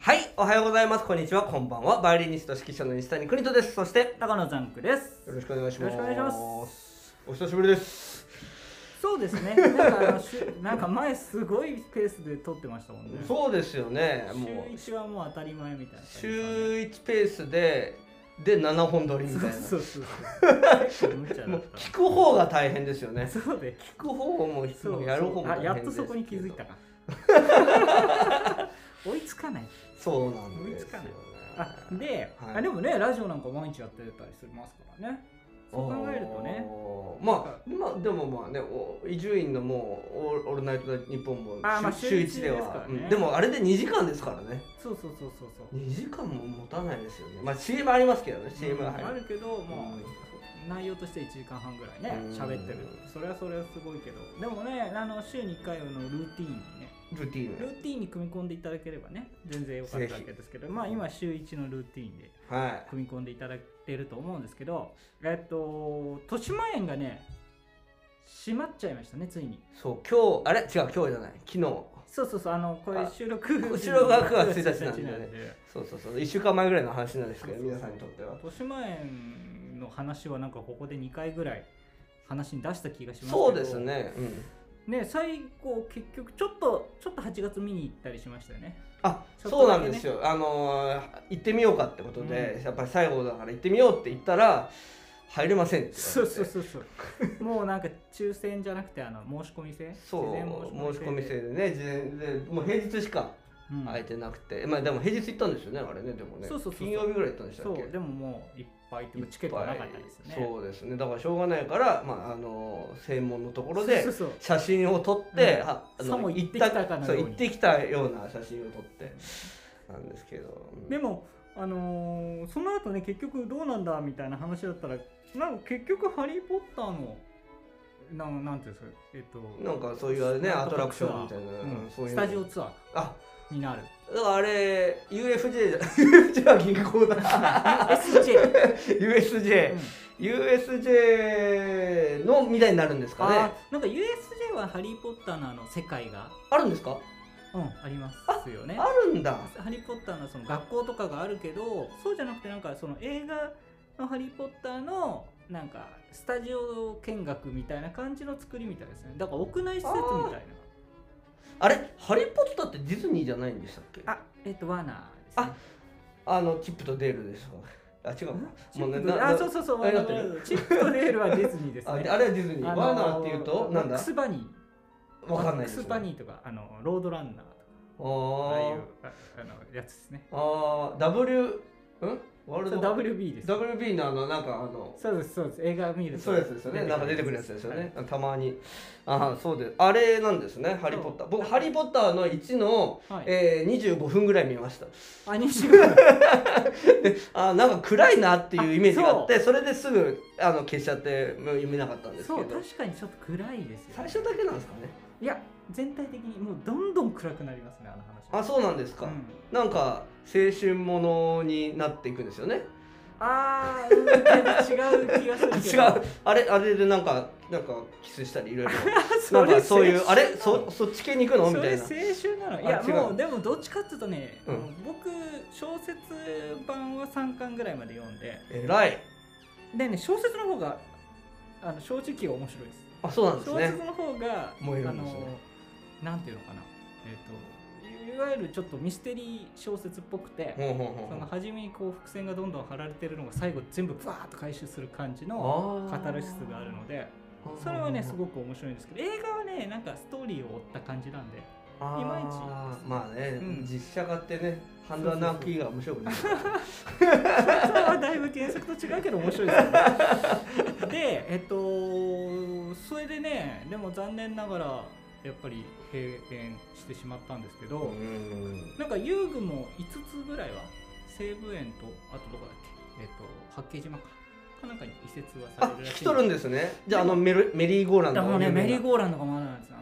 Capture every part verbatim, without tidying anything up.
はい、おはようございます。こんにちは、こんばんは。バイオリニスト指揮者の西谷邦人です。そして高野ザンクです。 よろしくお願いします。 よろしくお願いします。 お久しぶりです。 そうですね。なんかあのしなんか前すごいペースで撮ってましたもんね。 そうですよね。 もう週いちはもう当たり前みたいな、ね。 週いちペースででななほん撮りみたいな。 そうそうそう。無茶だった。 もう聞く方が大変ですよね。 そうで。 聞く方もやる方も大変です。 あ、やっとそこに気づいたか。追いつかない。 そうなんですよね。 追いつかない。あ、で、 はい、 あでもねラジオなんか毎日やってたりしますからね。そう考えるとね。 まあ、まあ、でもまあね、伊集院のもうオールナイトニッポンも週いちでは、うん、でもあれでにじかんですからね。 そうそうそうそうそう。 にじかんも持たないですよね。まあ シーエム ありますけどね。シーエム が入る。 あるけど、まあ、うん、内容としていちじかんはんぐらいね喋ってる。それはそれはすごいけど、でもね、あの週にいっかいのルーティーンにね。 ルーティーンルーティーンに組み込んでいただければね全然良かったわけですけど、まあ今週いちのルーティーンで組み込んでいただけると思うんですけど、えっと豊島園がね閉まっちゃいましたねついに。 そう今日あれ違う今日じゃない昨日。 そうそうそうあのこれ収録収録がくがつついたちなんでね。そうそうそういっしゅうかんまえぐらいの話なんですけど皆さんにとっては。 豊島園の話はなんかここでにかいぐらい話に出した気がしますけど。 そうですね。うん。 ね、最後結局ちょっとちょっとはちがつ見に行ったりしましたよね。 あ、ね、そうなんですよ。あのー、行ってみようかってことで、うん、やっぱり最後だから行ってみようって言ったら入れませんって言われて。そうそうそうそうもうなんか抽選じゃなくてあの申し込み制。 そう申し込み制でね事前でもう平日しか空いてなくて、うん、まあでも平日行ったんですよねあれねでもね。そうそうそう金曜日ぐらい行ったんでしたっけ。 そうでももういっぱいっていうチケットがなかったですよね。 そうですねだからしょうがないからまああの正門のところで写真を撮って、 あの行ってきたかのように行ってきたような写真を撮ってなんですけど、 うん、でもあのー、その後ね結局どうなんだみたいな話だったらなんか結局ハリー・ポッターのななんていうんですかえっとなんかそういうねアトラクションみたいな、うん、 そういうスタジオツアーあになる。 だからあれ ユーエフジェー じゃ ユーエフジェー は銀行だユーエスジェーユーエスジェー、うん、ユーエスジェー のみたいになるんですかね。 あなんか ユーエスジェー はハリー・ポッターのあの世界があるんですか。 うんありますよね。 あるんだ。 ハリー・ポッターのその学校とかがあるけどそうじゃなくてなんかその映画のハリー・ポッターのなんかスタジオ見学みたいな感じの作りみたいですね。だから屋内施設みたいな。 あれハリー・ポッターってディズニーじゃないんでしたっけ。 あえっ、ー、とワーナーですね。 ああのチップとデールですか。あ違うもうねあそうそうそうチップとデールはディズニーですね。 あ, あれはディズニー。ワーナーっていうとなんだ。 マックスバニーわかんないです、 ね。マックスバニーとかあのロードランナーとかあああいうああのやつですね。 ああ W んワールドダブリュービー です、 ね、ダブリュービー のあのなんかあのそうですそうです映画見るとそうですよねなんか出てくるやつですよね、はい、たまにああそうですあれなんですねハリー・ポッター僕ハリー・ポッターのいちの、はいえー、にじゅうごふんぐらい見ました。 あにじゅうごふんであなんか暗いなっていうイメージがあってそれですぐあの消しちゃって読めなかったんですけど。 そう確かにちょっと暗いですよ、ね、 最初だけなんですかね。 いや全体的にもうどんどん暗くなりますねあの話。 あそうなんですか、うん、なんか青春ものになっていくんですよね。 あー、うん、違う気がするけど違うあれあれでなんかなんかキスしたりいろいろなんかそういうあれ そ, そっち系に行くのみたいな。 それ青春なの。いやもうでもどっちかっていうとね、うん、僕小説版はさんかんぐらいまで読んでえらいでね小説の方があの正直面白いです。 あそうなんですね。 小説の方が燃えるんですね。 あのなんていうのかなえっ、ー、といわゆるちょっとミステリー小説っぽくて、 ほうほうほうその初めにこう伏線がどんどん張られてるのが最後全部バーッと回収する感じのカタルシスがあるのでそれはねすごく面白いんですけど映画はねなんかストーリーを追った感じなんでいまいちまあね、うん、実写化ってね半田直樹が面白くないそれはだいぶ原作と違うけど面白いですよねでえっとそれでねでも残念ながらやっぱり閉園してしまったんですけど、なんか遊具もいつつぐらいは西武園とあとどこだっけえっ、ー、と八景島かかなんかに移設はされるらしい。 あ、来とるんですね。じゃああのメルメリーゴーランドだからねメリーゴーランドがまだなんですよ。あの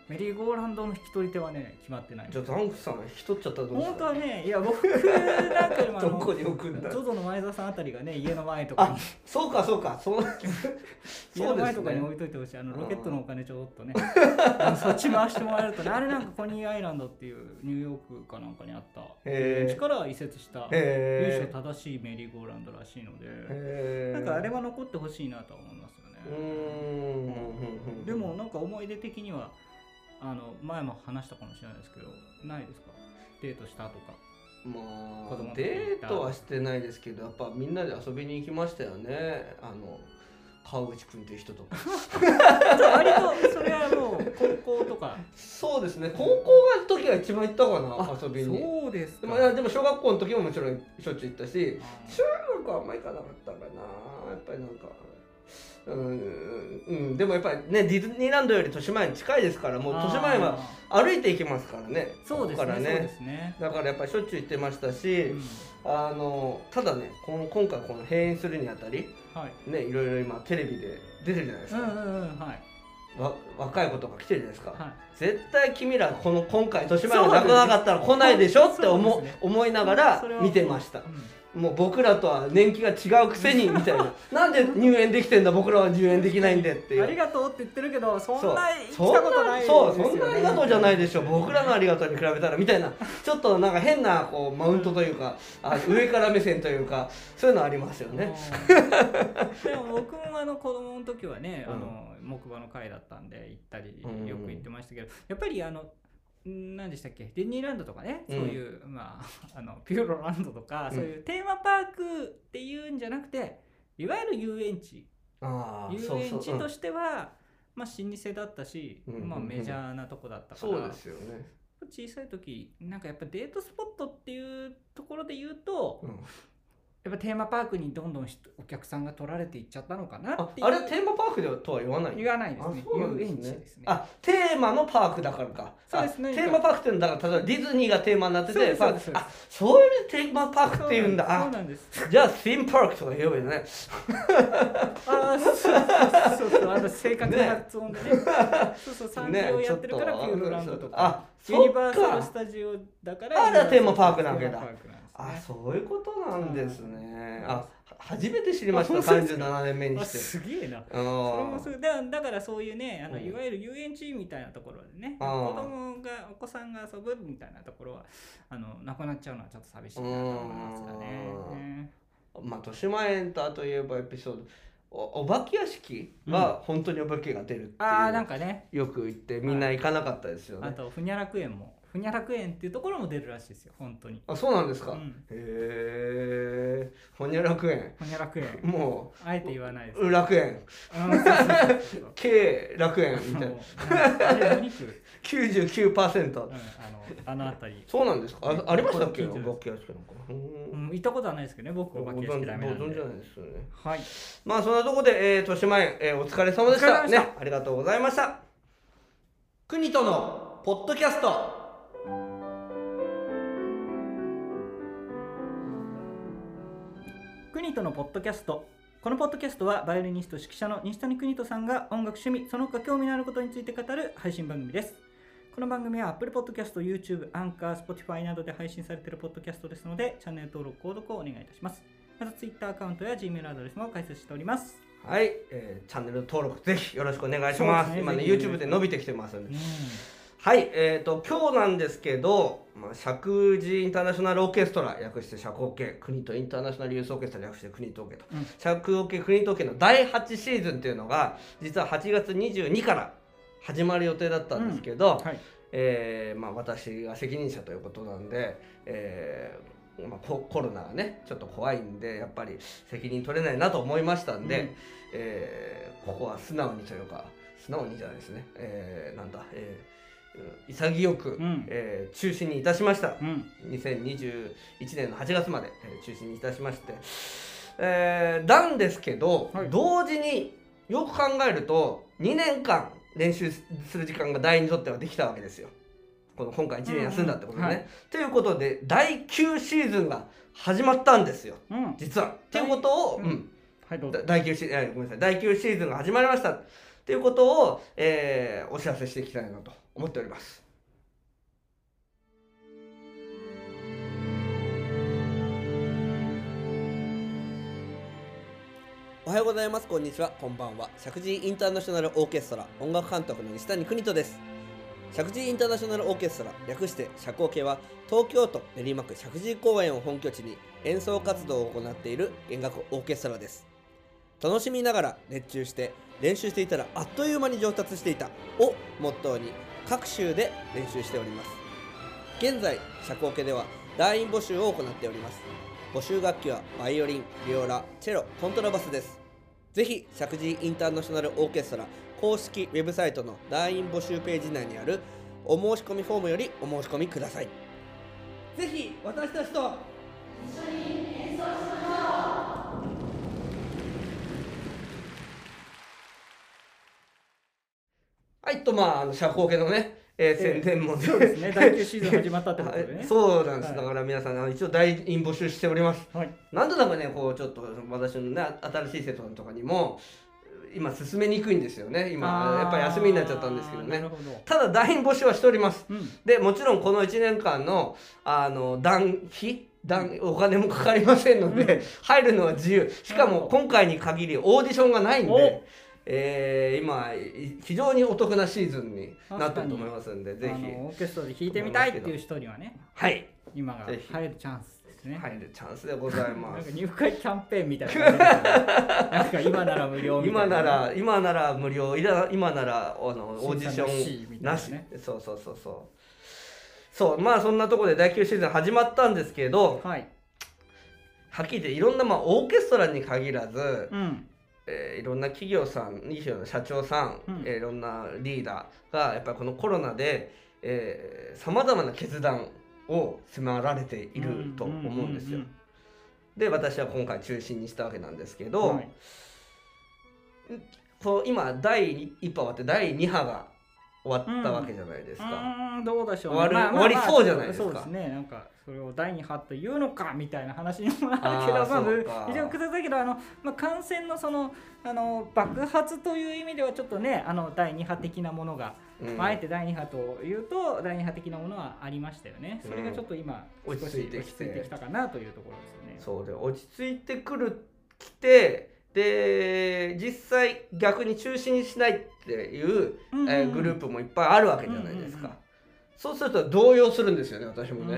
メリーゴーランドの引き取り手はね決まってない。 じゃあザンクさん引き取っちゃったらどうする？ 本当はね、いや僕なんかでもあのどこに置くんだ。 ゾゾの前田さんあたりがね家の前とかに、 あ、そうかそうか、そう家の前とかに置いといてほしい。あのロケットのお金ちょっとね、あのそっち回してもらえるとね、あれなんかコニーアイランドっていうニューヨークかなんかにあった力移設した由緒正しいメリーゴーランドらしいので、なんかあれは残ってほしいなと思いますよね。 うーん。 でもなんか思い出的にはあの前も話したかもしれないですけど、ないですか？デートしたとか。 まあデートはしてないですけど、やっぱみんなで遊びに行きましたよね。あの川口くんっていう人とか。 割とそれはもう高校とか。 そうですね。高校の時が一番行ったかな、遊びに。 そうですか。 でもいやでも小学校の時ももちろんしょっちゅう行ったし、中学はあんま行かなかったかな。やっぱりなんか。うんうん、でもやっぱりね、ディズニーランドより豊島園近いですから、もう豊島園は歩いて行けますからね。 そうですね。からね、そうですね。 だからやっぱりしょっちゅう行ってましたし、うん、あのただね、この今回この閉園するにあたり、はい、ね、いろいろ今テレビで出てるじゃないですか。うんうんうん、はい。わ若い子とか来てるじゃないですか。はい、絶対君らこの今回豊島園がなくなかったら来ないでしょって思、ね、思いながら見てました。もう僕らとは年季が違うくせにみたいななんで入園できてんだ僕らは入園できないんでっていう。 ありがとうって言ってるけどそんな来たことないですよね。 そうそんなありがとうじゃないでしょ僕らのありがとうに比べたらみたいなちょっとなんか変なこうマウントというかあ上から目線というかそういうのありますよね。 でも僕もあの子供の時はね、あの木馬の会だったんで行ったりよく行ってましたけど、やっぱりあの何でしたっけ、ディズニーランドとかね、そういう、うん、まあ、あのピューロランドとか、うん、そういうテーマパークっていうんじゃなくていわゆる遊園地、あ遊園地としては、うん、まあ老舗だったし、うん、まあ、メジャーなとこだったから、 そうですよね。 小さい時なんかやっぱデートスポットっていうところで言うと、うん、やっぱテーマパークにどんどんお客さんが取られていっちゃったのかなっていう。 あ, あれテーマパークではとは言わない言わないですね。遊園地ですね。 あ、テーマのパークだからか。 そうですね。 テーマパークっていうのだから例えばディズニーがテーマになってて、そうですそうです。あ、そういうテーマパークっていうんだ。 そうなんです。 じゃあシームパークとか言えばいいね。 あ、そうそうそう、あの正確な発音でね。そうそう、産業をやってるからピューロランドとか。あ、ユニバーサルスタジオだからあれはテーマパークなわけだ。あ、そういうことなんですね。あ、初めて知りました。さんじゅうななねんめにして。 すげえな。それもすだだからそういうね、あのいわゆる遊園地みたいなところでね、子供がお子さんが遊ぶみたいなところはあのなくなっちゃうのはちょっと寂しいなと思いますよね。 まあ豊島園とあといえばエピソード。お, お化け屋敷は本当にお化けが出るっていう、うん、あなんかねよく言ってみんな行かなかったですよね。 あとふにゃ楽園もふにゃ楽園っていうところも出るらしいですよ本当に。 あ、そうなんですか。うん、へえ。ほにゃ楽園。 ほにゃ楽園。 もうあえて言わないです。 う楽園。K 楽園みたいな。あれきゅうじゅうきゅうパーセント。 うん、あのあのあたり。 そうなんですか。 あ, ありましたっけ。お化け屋敷なんか。 うん、行ったことはないですけどね。僕お化け屋敷ダメなんで。 ご存知ないですよね。 はい。 まあそんなところで、えー、豊島園、えー、お疲れ様でした。ね、ありがとうございました。国とのポッドキャスト。 国とのポッドキャスト。このポッドキャストはバイオリニスト指揮者の西谷邦人さんが音楽趣味その他興味のあることについて語る配信番組です。この番組は Apple Podcast、YouTube、Anchor、Spotify などで配信されているポッドキャストですのでチャンネル登録購読をお願いいたします。また Twitter アカウントや Gmail アドレスも開設しております。 はい、えー、チャンネル登録ぜひよろしくお願いします。ね、今ね YouTube で伸びてきてますので、うん、はい、えーと今日なんですけど、まあ、石神インターナショナルオーケストラ略して石オケ、国とインターナショナルユースオーケストラ略して国とオケと、うん、石オケ国とオケのだいはちシーズンっていうのが実ははちがつにじゅうにから始まる予定だったんですけど、うんはい、えーまあ、私が責任者ということなんで、えーまあ、コ, コロナがねちょっと怖いんでやっぱり責任取れないなと思いましたんで、うんえー、ここは素直にというか素直にじゃないですね、えー、なんだ、えー、潔く、うんえー、中止にいたしました、うん、にせんにじゅういちねんのはちがつまで、えー、中止にいたしまして、えー、なんですけど、はい、同時によく考えるとにねんかん練習する時間が第二にとってはできたわけですよ。この今回いちねん休んだってことね。と、うんうんはい、いうことでだいきゅうシーズンが始まったんですよ、うん、実は。っていうことを、うんはい、だいきゅうシーズン、ごめんなさい、だいきゅうシーズンが始まりました。 ということを、えー、お知らせしていきたいなと思っております。おはようございます。こんにちは。こんばんは。石神井インターナショナルオーケストラ音楽監督の西谷邦人です。石神井インターナショナルオーケストラ、略して社交系は、東京都練馬区石神井公園を本拠地に演奏活動を行っている弦楽オーケストラです。楽しみながら熱中して練習していたらあっという間に上達していたをモットーに各州で練習しております。現在、社交系では団員募集を行っております。募集楽器はバイオリン、ビオラ、チェロ、コントラバスです。ぜひ石神井インターナショナルオーケストラ公式ウェブサイトの団員募集ページ内にあるお申し込みフォームよりお申し込みください。ぜひ私たちと一緒に演奏しましょう。はいと、まあ、あの社交系のね、えー、宣伝も、 ね、そうですね、だいきゅうシーズン始まったってことでね。 そうなんです、 はい、 だから皆さん、一応団員募集しております。はい、なんとなくね、こうちょっと私のね、新しい生徒さんとかにも、今進めにくいんですよね。今やっぱり休みになっちゃったんですけどね。ただ団員募集はしております。うん、でもちろんこのいちねんかんのあの団費団お金もかかりませんので、うん、入るのは自由。しかも今回に限りオーディションがないんで。えー、今非常にお得なシーズンになってると思いますんで、ぜひオーケストラで弾いてみたいっていう人にはね、 はい、 今が入るチャンスですね。 入るチャンスでございます。 なんか入会キャンペーンみたいな、なんか今なら無料みたいな、 今なら今なら無料、今ならあのオーディションなし、ね、そうそうそうそうそう、まあそんなところでだいきゅうシーズン始まったんですけど、はい、はっきり言っていろんな、まあ、オーケストラに限らず、うん、えー、いろんな企業さん、社長さん、うん、えー、いろんなリーダーがやっぱりこのコロナでさまざまな決断を迫られていると思うんですよ。で私は今回中心にしたわけなんですけど、はい、こう今だいいっ波終わってだいに波が終わったわけじゃないですか。 うん、うんどうでしょう、ね、 終わる、まあまあ、終わりそうじゃないですか。 そうですね、なんかそれをだいに波というのかみたいな話にもなるけど、まあ非常に複雑だけど、あの、まあ、感染のそのあの爆発という意味ではちょっとね、あのだいに波的なものが、うん、まあ、あえてだいに波というとだいに波的なものはありましたよね。それがちょっと今、うん、少し落ち着いてきたかなというところですよね。 そうで落ち着いてくるきてで実際逆に中止にしないっていう、うんうん、えー、グループもいっぱいあるわけじゃないですか。うんうんうん、そうすると動揺するんですよね、私もね。うんうんうん、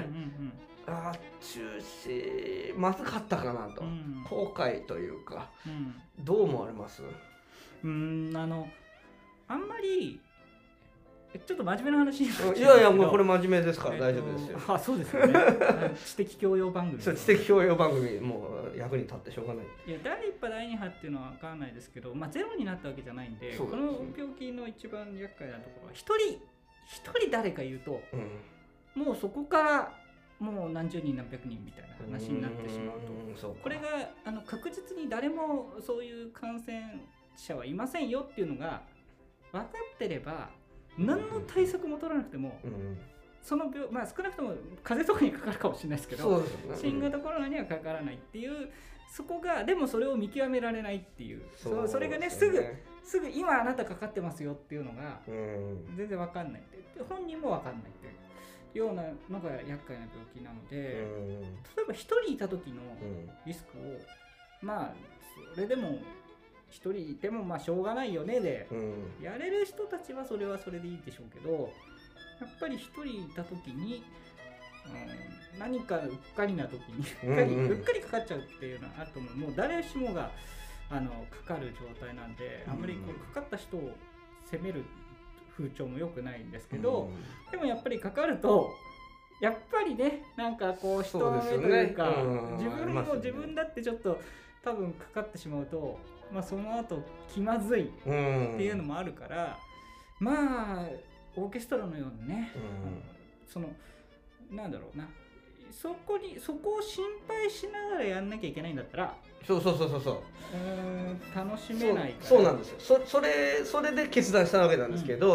ああ中止まずかったかなと、うん、後悔というか、うん、どう思われます？ うーんあのあんまりちょっと真面目な話になっちゃうんですけど、いやいやもうこれ真面目ですから大丈夫ですよ。 あ、そうですよね。知的教養番組。 そう、知的教養番組もう役に立ってしょうがない。 いやだいいっ波だいに波っていうのは分からないですけど、まあゼロになったわけじゃないんで、この病気の一番厄介なところは一人一人誰か言うと、うん、もうそこからもう何十人何百人みたいな話になってしまうと、うこれがあの確実に誰もそういう感染者はいませんよっていうのが分かってれば何の対策も取らなくても、うん、その病、まあ、少なくとも風邪とかにかかるかもしれないですけど、ね、うん、新型コロナにはかからないっていう、そこがでもそれを見極められないっていう、 そ, う、ね、それがねすぐすぐ今あなたかかってますよっていうのが全然分かんないって、本人も分かんないっていうようなのが厄介な病気なので、例えば一人いた時のリスクを、まあそれでも一人いてもまあしょうがないよねで、やれる人たちはそれはそれでいいでしょうけど、やっぱり一人いた時に、うん、何かうっかりな時にうっかり、うんうん、うっかりかかっちゃうっていうのはあると思う。もう誰しもがあのかかる状態なんで、あんまりこうかかった人を責める風潮も良くないんですけど、うん、でもやっぱりかかるとやっぱりね、なんかこう人の目というか、ね、うん、自分も、ね、自分だってちょっと多分かかってしまうと、まあ、その後気まずいっていうのもあるから、うん、まあオーケストラのようにね、うん、そのなんだろうな、そこにそこを心配しながらやんなきゃいけないんだったら、 そうそうそうそうそう、 うーん楽しめないから、 そう、そうなんですよ。そそれそれで決断したわけなんですけど、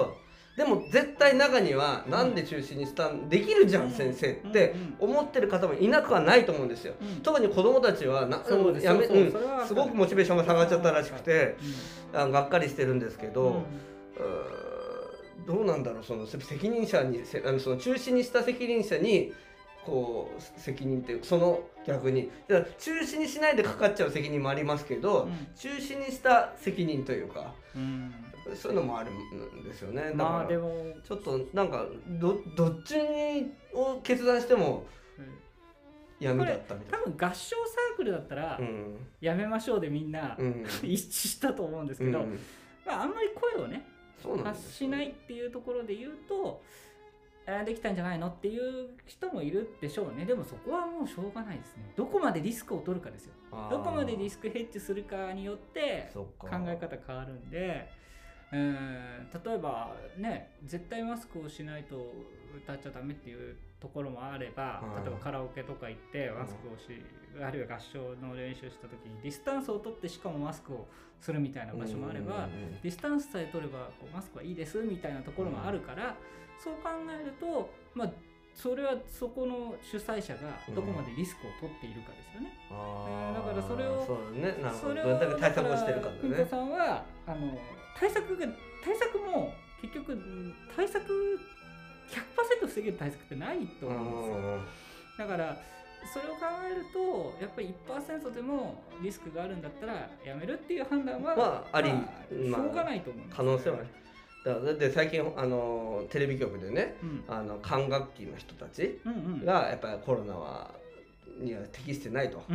でも絶対中にはなんで中止にしたんできるじゃん先生って思ってる方もいなくはないと思うんですよ。特に子どもたちはなやめうんすごくモチベーションが下がっちゃったらしくてあがっかりしてるんですけど、どうなんだろう、その責任者にあのその中止にした責任者にこう責任っていうその逆に中止にしないでかかっちゃう責任もありますけど、中止にした責任というか。そういうのもあるんですよね。だからちょっとなんか ど, どっちを決断しても闇だったみたいな。 多分合唱サークルだったら、うん、やめましょうでみんな、うん、一致したと思うんですけど、うん、まあ、あんまり声をね発しないっていうところで言うとできたんじゃないのっていう人もいるでしょうね。でもそこはもうしょうがないですね。どこまでリスクを取るかですよ。どこまでリスクヘッジするかによって考え方変わるんで。うん、例えばね絶対マスクをしないと歌っちゃダメっていうところもあれば、例えばカラオケとか行ってマスクをし、あるいは合唱の練習した時にディスタンスを取ってしかもマスクをするみたいな場所もあれば、ディスタンスさえ取ればこうマスクはいいですみたいなところもあるから、そう考えるとまあそれはそこの主催者がどこまでリスクを取っているかですよね。うん、だからそれをそうね、なるほど、どれだけ対策をしてるかだね。 ピン子さんはあの対策が対策も結局対策 ひゃくパーセント 防げる対策ってないと思うんですよ。だからそれを考えるとやっぱり いちパーセント でもリスクがあるんだったらやめるっていう判断は、まあ、あり、まあ、しょうがないと思うんです、ね、 可能性はね。だからだって最近あのテレビ局でね、うん、あの管楽器の人たちがやっぱりコロナはには適してないと、うん、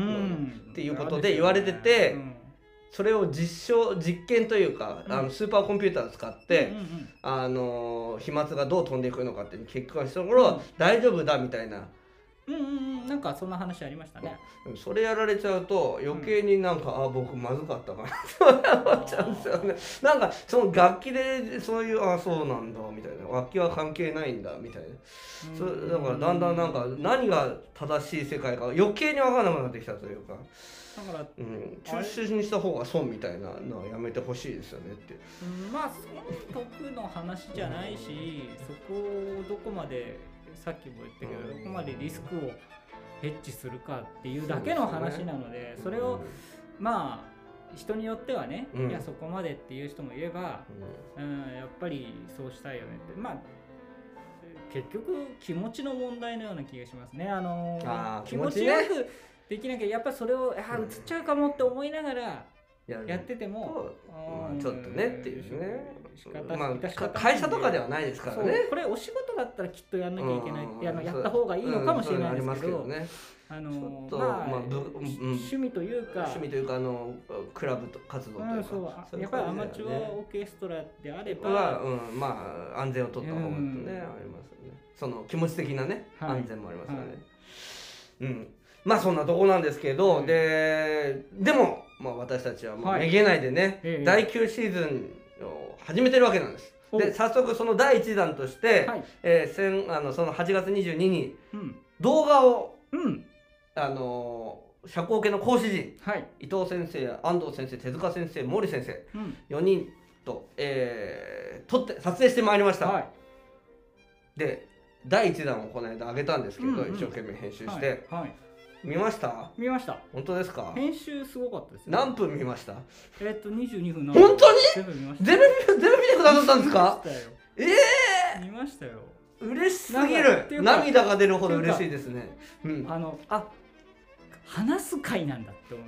っていうことで言われてて、うん、それを実証実験というか、うん、あのスーパーコンピューターを使って、うんうんうん、あの飛沫がどう飛んでいくのかっていう結果をしたところ、うん、大丈夫だみたいな。 うんうんうん、なんかそんな話ありましたね。 それやられちゃうと余計になんか、うん、あ僕まずかったかなって思っちゃうんですよね。なんかその楽器でそういうあそうなんだみたいな、楽器は関係ないんだみたいな、うん、それだからだんだんなんか何が正しい世界か余計に分からなくなってきたというか、だから、うん、中止にした方が損みたいなのはやめてほしいですよねって、 うん、まあ損得の話じゃないし、そこをどこまでさっきも言ったけどどこまでリスクをヘッジするかっていうだけの話なので、それをまあ人によってはね、いやそこまでっていう人もいれば、うん、やっぱりそうしたいよねって、まあ結局気持ちの問題のような気がしますね。あのー、気持ちよくできなきゃやっぱそれをあ映っちゃうかもって思いながらやってても、 まあ、ちょっとねっていうね。まあ会社とかではないですからね。 これお仕事だったらきっとやんなきゃいけない、ややった方がいいのかもしれないですけど、あのまあ趣味というか趣味というかあのクラブ活動というか、 そうやっぱりアマチュアオーケストラであれば、 うんまあ安全を取った方がねありますよね。その気持ち的なね安全もありますよね。うん。まあそんなとこなんですけど、うん、ででも、まあ、私たちはもうめげないでね、はい、だいきゅうシーズンを始めてるわけなんです。で早速そのだいいちだんとして、はい、えー、あのそのはちがつにじゅうににちに、うん、動画を、うん、あの社交系の講師陣、はい、伊藤先生安藤先生手塚先生森先生、うん、よにんと、えー、撮って撮影してまいりました。はい、でだいいちだんをこの間上げたんですけど、うんうん、一生懸命編集して。はいはい、見ました？ 見ました。 本当ですか？ 編集すごかったですね。 何分見ました？ えっとにじゅうにふん。 本当に？ 全部見ました。 全部全部見てくださったんですか？ 見ましたよ。 ええー！ 見ましたよ。 嬉しすぎる。涙が出るほど嬉しいですね。 うん。あのあ話す会なんだって思う。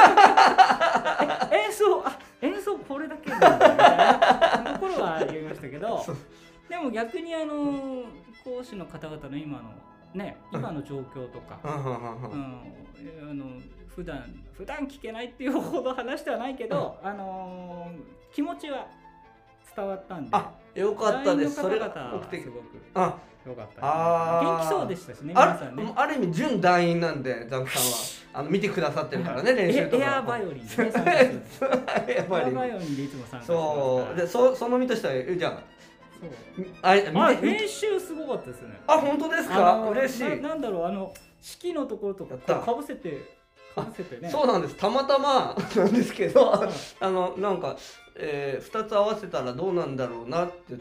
演奏あ演奏これだけなんだみたいなところは言いましたけど、でも逆にあの講師の方々の今のね、今の状況とか、うん、あの普段普段聞けないっていうほど話ではないけど、うん、あのー、気持ちは伝わったんで、 あ、よかったです。 それがすごくあよかった、ね、あ元気そうでしたしね、皆さんね。 ある意味準団員なんでザンクさんはあの見てくださってるからね、練習とか。 エアバイオリンね。エアバイオリンでいつも参加してますから。 そうで、そその身としてはじゃあ。 あれあ編集すごかったですね。 あ、本当ですか？嬉しい。 な, なんだろう、あの式のところとかかぶせて合わせてね。 そうなんです。たまたまなんですけど、あのなんか、えー、ふたつ合わせたらどうなんだろうなって言って、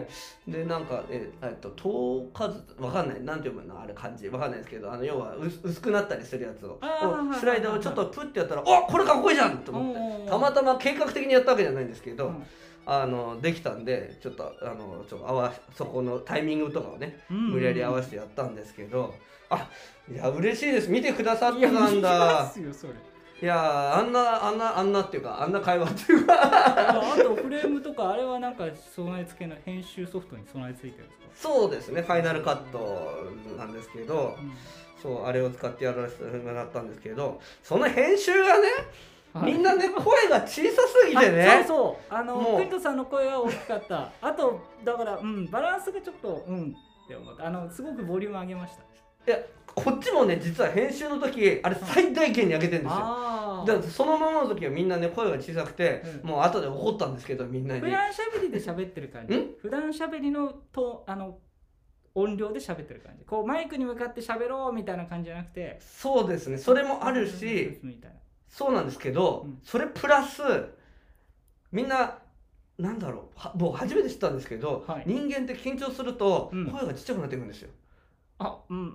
でなんかえー、っと等数わかんない、なんて読むのあれ漢字わかんないですけど、あの要は薄薄くなったりするやつをスライダーをちょっとプッてやったら、おこれかっこいいじゃんと思って、たまたま計画的にやったわけじゃないんですけど。あのできたんで、ちょっとあのちょっと合わそこのタイミングとかをね、無理やり合わせてやったんですけど、あ、いや嬉しいです。見てくださってたんだ。いや、あんなあんなあんなっていうか、あんな会話っていうかあとフレームとかあれはなんか備え付けの編集ソフトに備え付いてるんですか？ そうですね、ファイナルカットなんですけど、うん、そうあれを使ってやらせてもらったんですけど、その編集がね、みんなね、声が小さすぎてね。 そうそう、あのクイントさんの声は大きかった。あとだから、うん、バランスがちょっとうんって思った。あのすごくボリューム上げました。 いや、こっちもね、実は編集の時あれ最大限に上げてるんですよ。だからそのままの時はみんなね、声が小さくて、うん、もう後で怒ったんですけど、みんなに。 普段しゃべりで喋ってる感じ。普段しゃべりのとあの音量で喋ってる感じ。こうマイクに向かって喋ろうみたいな感じじゃなくて。 そうですね、それもあるし。そうなんですけど、うん、それプラスみんななんだろう、もう初めて知ったんですけど、はい、人間って緊張すると声がちっちゃくなっていくんですよ。 うん、あ、うんうん。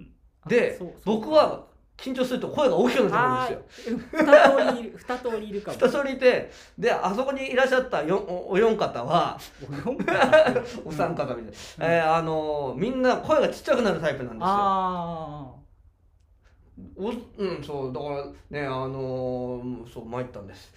で、僕は緊張すると声が大きくなってくるんですよ。 二通り二通りいるかも。 二通りいて、であそこにいらっしゃったよお, お四方はお三方みたいな、うん、えー、あのー、みんな声がちっちゃくなるタイプなんですよ。あおうん、そうだからね、あのー、そう参ったんです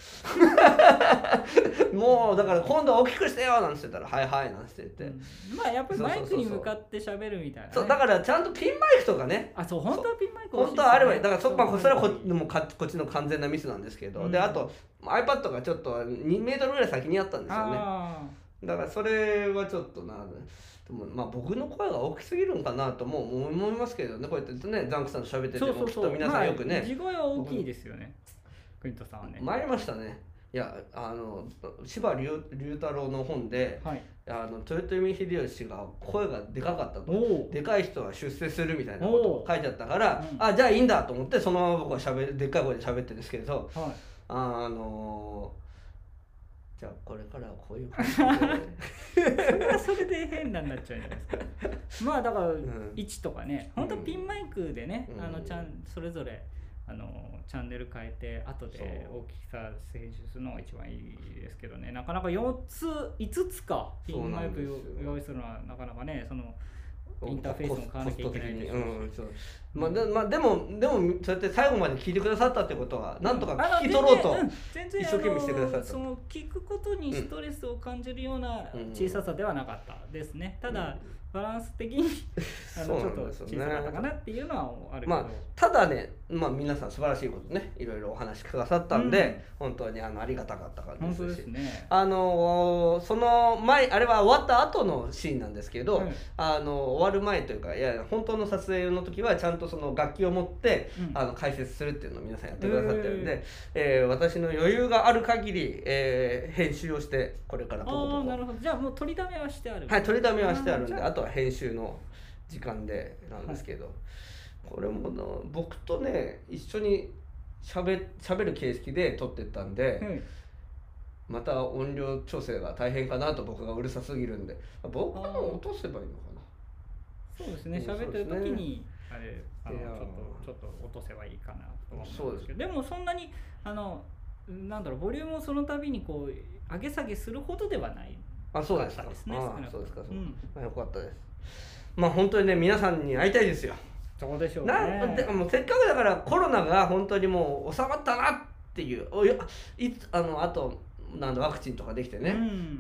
もうだから今度は大きくしてよなんて言ったらはいはいなんて言って、うん、 まあやっぱりマイクに向かって喋るみたいな、ね、 そうだからちゃんとピンマイクとかね、 あそう本当はピンマイク欲しいですね、本当はあればいい。だからそ、まあ、それはこでもかこっちの完全なミスなんですけど、うん、であと iPad がちょっとにメートルぐらい先にあったんですよね。だからそれはちょっとな、でもまあ僕の声が大きすぎるんかなとも思いますけどね。こうやってね、ザンクさんと喋っててもきっと皆さんよくね、 地声は大きいですよね、クイントさんはね。 参りましたね。いや、あの柴龍太郎の本で、はい、あの豊臣秀吉が声がでかかったと、でかい人は出世するみたいなこと書いてあったから、うん、あじゃあいいんだと思って、そのまま僕はしゃべでっかい声で喋ってるんですけど、はい、あのじゃあこれからはこういう感じでそれはそれで変なになっちゃうじゃないですかまあだから位置とかね、うん、本当ピンマイクでね、うん、あのちゃんそれぞれあのチャンネル変えて後で大きさ整理するのが一番いいですけどね、なかなかよっついつつかピンマイク用意するのはなかなかね、そのインターフェースも買わなきゃいけないでしょうし、うんそうまあでまあ、でもでもそうやって最後まで聞いてくださったってことは、なんとか聞き取ろうと一生懸命してくださった。 その聞くことにストレスを感じるような小ささではなかったですね。ただ、バランス的にあのちょっと小さかったかなっていうのはあるけど、まあ、 ただね、まあ、皆さん素晴らしいことね、いろいろお話くださったんで、うん、本当にあのありがたかった感じですし、ですね、あのその前あれは終わった後のシーンなんですけど、はい、あの終わる前というか、いや本当の撮影の時はちゃんとその楽器を持って、うん、あの解説するっていうのを皆さんやってくださってるんで、えーえー、私の余裕がある限り、えー、編集をしてこれからポコポコ。 あ、なるほど。じゃあもう取りだめはしてある。 はい、取りだめはしてあるんで、あとは編集の時間でなんですけど、はい、これもの僕とね一緒にしゃべる形式で撮ってったんで、はい、また音量調整が大変かなと、僕がうるさすぎるんで、僕も落とせばいいのかな。 そうですね、喋ってる時にあれあのちょっとちょっと落とせばいいかなと思うんですけど、でもそんなにあのなんだろう、ボリュームをその度にこう上げ下げするほどではない。 あ、そうですか。あ、そうですか。そう、うん、まあ、よかったです。まあ本当にね、皆さんに会いたいですよ。 そうでしょうね。 なんでもうせっかくだから、コロナが本当にもう収まったなっていう、おいいつあのあとなんだワクチンとかできてね、うん、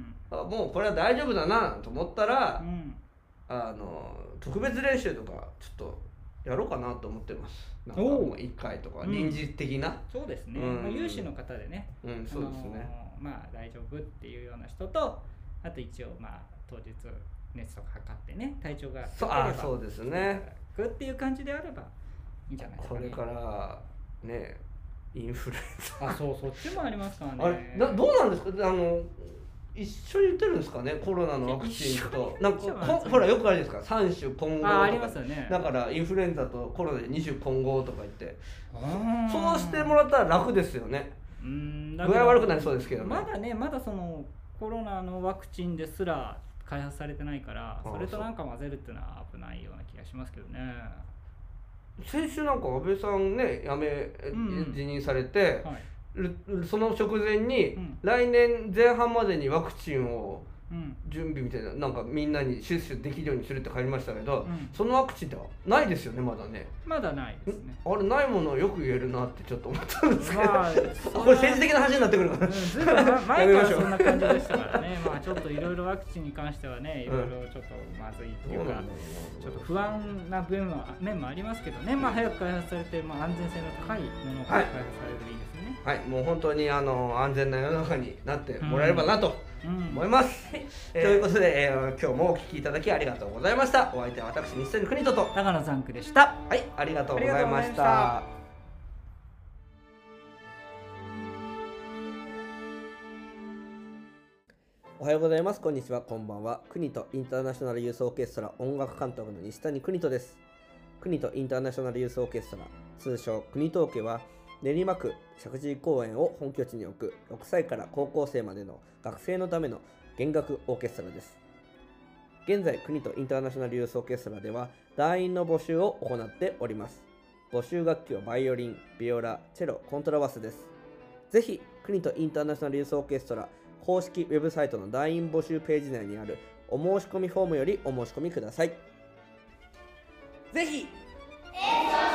あもうこれは大丈夫だなと思ったら、うん、あの特別練習とかちょっとやろうかなと思ってます。なんかもういっかいとか臨時的な、うん、 そうですね、うん、まあ、有志の方でね、 うん、そうですね、 あのー、まあ大丈夫っていうような人と、あと一応まあ当日熱とか測ってね、体調が良ければ、 あ、そうですねっていう感じであればいいんじゃないですかね。 これからね、インフルエンザあ、そう、そっちもありますからね。 あれなどうなんですか、あの一緒に打てるんですかね、コロナのワクチンと。なんか一緒にこほらよくあるじゃないですか、さん種混合とか。 あありますよね。 だからインフルエンザとコロナでに種混合とか言って、 あそうしてもらったら楽ですよね。 うーん、 具合悪くなりそうですけどね。 まだね、まだそのコロナのワクチンですら開発されてないから、それとなんか混ぜるっていうのは危ないような気がしますけどね。 先週なんか安倍さんね辞め、 うんうん、 辞任されて、 はい、 その直前に、 うん、 来年前半までにワクチンをうん、 準備みたいな、なんかみんなに接種できるようにするって書りましたけど、 うん、 そのワクチンってないですよね、まだね。 まだないですね。 あれないものをよく言えるなってちょっと思ったんですけど、 まあ、 これ政治的な話になってくるから、 うん、ずいぶん前からそんな感じでしたからね。まあちょっといろいろワクチンに関してはね、いろいろちょっとまずいっていうか、ちょっと不安な面も面もありますけどね。まあ早く開発されて、まあ安全性の高いものが開発されるといいですね。 はい、もう本当にあの安全な世の中になってもらえればなと思います。うんうん、えー、ということで、えー、今日もお聞きいただきありがとうございました。お相手は私西谷邦人と高野ザンクでした。 はい、ありがとうございました。おはようございます。こんにちは。こんばんは。国とインターナショナルユースオーケストラ音楽監督の西谷邦人です。国とインターナショナルユースオーケストラ、通称国東家は、練馬区石神井公園を本拠地に置くろくさいから高校生までの学生のための弦楽オーケストラです。現在、国とインターナショナルユースオーケストラでは団員の募集を行っております。募集楽器はバイオリン、ビオラ、チェロ、コントラバスです。ぜひ、国とインターナショナルユースオーケストラ公式ウェブサイトの団員募集ページ内にあるお申し込みフォームよりお申し込みください。ぜひ